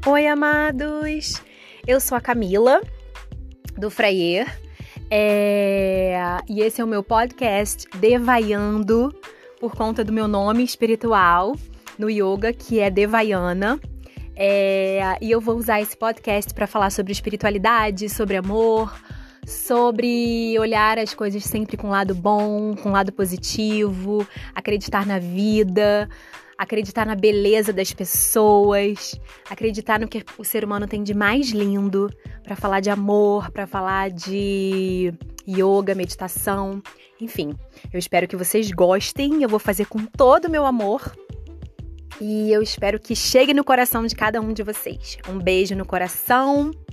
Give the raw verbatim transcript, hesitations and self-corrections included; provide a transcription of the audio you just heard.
Oi, amados! Eu sou a Camila, do Fraier, é... e esse é o meu podcast Devaiando, por conta do meu nome espiritual no yoga, que é Devayana. É... E eu vou usar esse podcast para falar sobre espiritualidade, sobre amor, sobre olhar as coisas sempre com lado bom, com lado positivo, acreditar na vida, acreditar na beleza das pessoas, acreditar no que o ser humano tem de mais lindo, para falar de amor, para falar de yoga, meditação, enfim. Eu espero que vocês gostem, eu vou fazer com todo o meu amor e eu espero que chegue no coração de cada um de vocês. Um beijo no coração.